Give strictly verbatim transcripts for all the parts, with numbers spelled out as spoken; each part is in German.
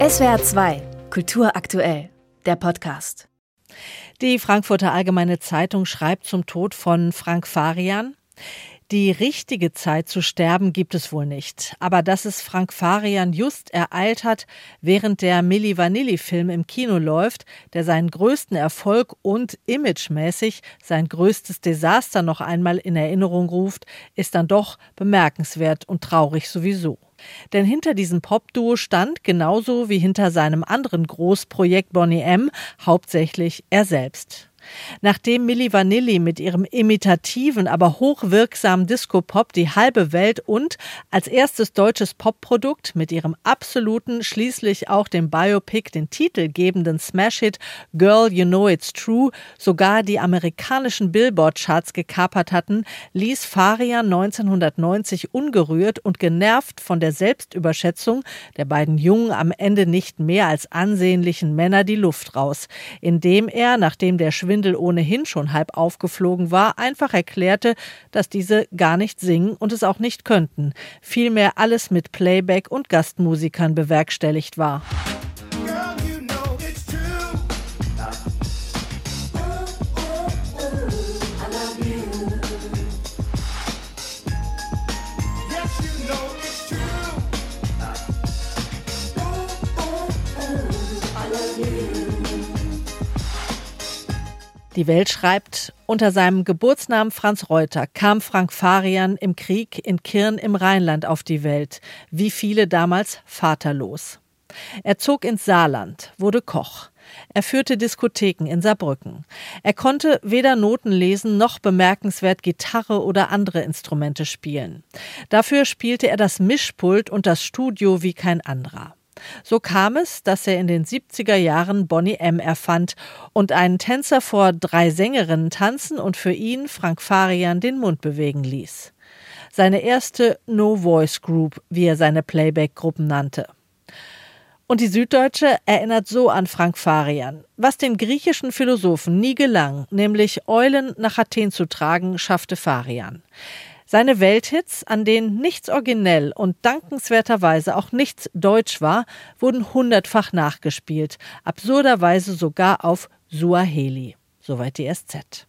S W R zwei, Kultur aktuell, der Podcast. Die Frankfurter Allgemeine Zeitung schreibt zum Tod von Frank Farian: Die richtige Zeit zu sterben gibt es wohl nicht. Aber dass es Frank Farian just ereilt hat, während der Milli Vanilli-Film im Kino läuft, der seinen größten Erfolg und imagemäßig sein größtes Desaster noch einmal in Erinnerung ruft, ist dann doch bemerkenswert und traurig sowieso. Denn hinter diesem Popduo stand, genauso wie hinter seinem anderen Großprojekt Boney M., hauptsächlich er selbst. Nachdem Milli Vanilli mit ihrem imitativen, aber hochwirksamen Disco-Pop die halbe Welt und als erstes deutsches Popprodukt mit ihrem absoluten, schließlich auch dem Biopic den Titel gebenden Smash-Hit Girl, You Know It's True sogar die amerikanischen Billboard-Charts gekapert hatten, ließ Farian neunzehnhundertneunzig ungerührt und genervt von der Selbstüberschätzung der beiden jungen, am Ende nicht mehr als ansehnlichen Männer die Luft raus, indem er, nachdem der Schwindel ohnehin schon halb aufgeflogen war, einfach erklärte, dass diese gar nicht singen und es auch nicht könnten, vielmehr alles mit Playback und Gastmusikern bewerkstelligt war. Die Welt schreibt, unter seinem Geburtsnamen Franz Reuter kam Frank Farian im Krieg in Kirn im Rheinland auf die Welt, wie viele damals vaterlos. Er zog ins Saarland, wurde Koch. Er führte Diskotheken in Saarbrücken. Er konnte weder Noten lesen noch bemerkenswert Gitarre oder andere Instrumente spielen. Dafür spielte er das Mischpult und das Studio wie kein anderer. So kam es, dass er in den siebziger Jahren Boney M. erfand und einen Tänzer vor drei Sängerinnen tanzen und für ihn, Frank Farian, den Mund bewegen ließ. Seine erste No-Voice-Group, wie er seine Playback-Gruppen nannte. Und die Süddeutsche erinnert so an Frank Farian. Was den griechischen Philosophen nie gelang, nämlich Eulen nach Athen zu tragen, schaffte Farian. Seine Welthits, an denen nichts originell und dankenswerterweise auch nichts deutsch war, wurden hundertfach nachgespielt, absurderweise sogar auf Suaheli. Soweit die S Z.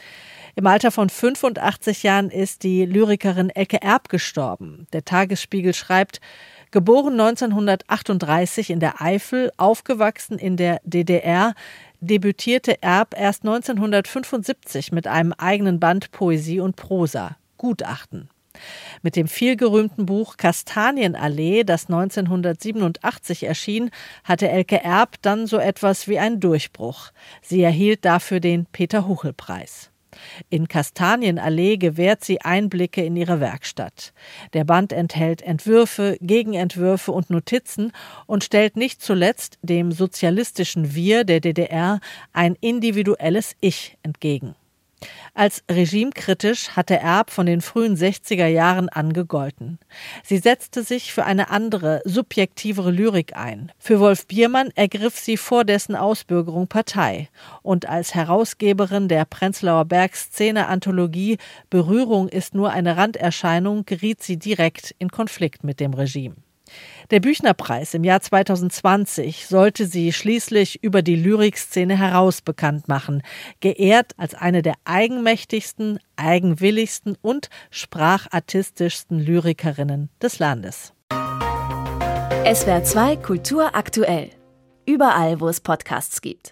Im Alter von fünfundachtzig Jahren ist die Lyrikerin Elke Erb gestorben. Der Tagesspiegel schreibt: Geboren neunzehnhundertachtunddreißig in der Eifel, aufgewachsen in der D D R, debütierte Erb erst neunzehnhundertfünfundsiebzig mit einem eigenen Band Poesie und Prosa. Gutachten. Mit dem vielgerühmten Buch Kastanienallee, das neunzehnhundertsiebenundachtzig erschien, hatte Elke Erb dann so etwas wie einen Durchbruch. Sie erhielt dafür den Peter-Huchel-Preis. In Kastanienallee gewährt sie Einblicke in ihre Werkstatt. Der Band enthält Entwürfe, Gegenentwürfe und Notizen und stellt nicht zuletzt dem sozialistischen Wir der D D R ein individuelles Ich entgegen. Als regimekritisch hatte Erb von den frühen sechziger Jahren an gegolten. Sie setzte sich für eine andere, subjektivere Lyrik ein. Für Wolf Biermann ergriff sie vor dessen Ausbürgerung Partei. Und als Herausgeberin der Prenzlauer Berg-Szene-Anthologie Berührung ist nur eine Randerscheinung geriet sie direkt in Konflikt mit dem Regime. Der Büchner-Preis im Jahr zweitausendzwanzig sollte sie schließlich über die Lyrikszene heraus bekannt machen, geehrt als eine der eigenmächtigsten, eigenwilligsten und sprachartistischsten Lyrikerinnen des Landes. S W R zwei Kultur aktuell. Überall, wo es Podcasts gibt.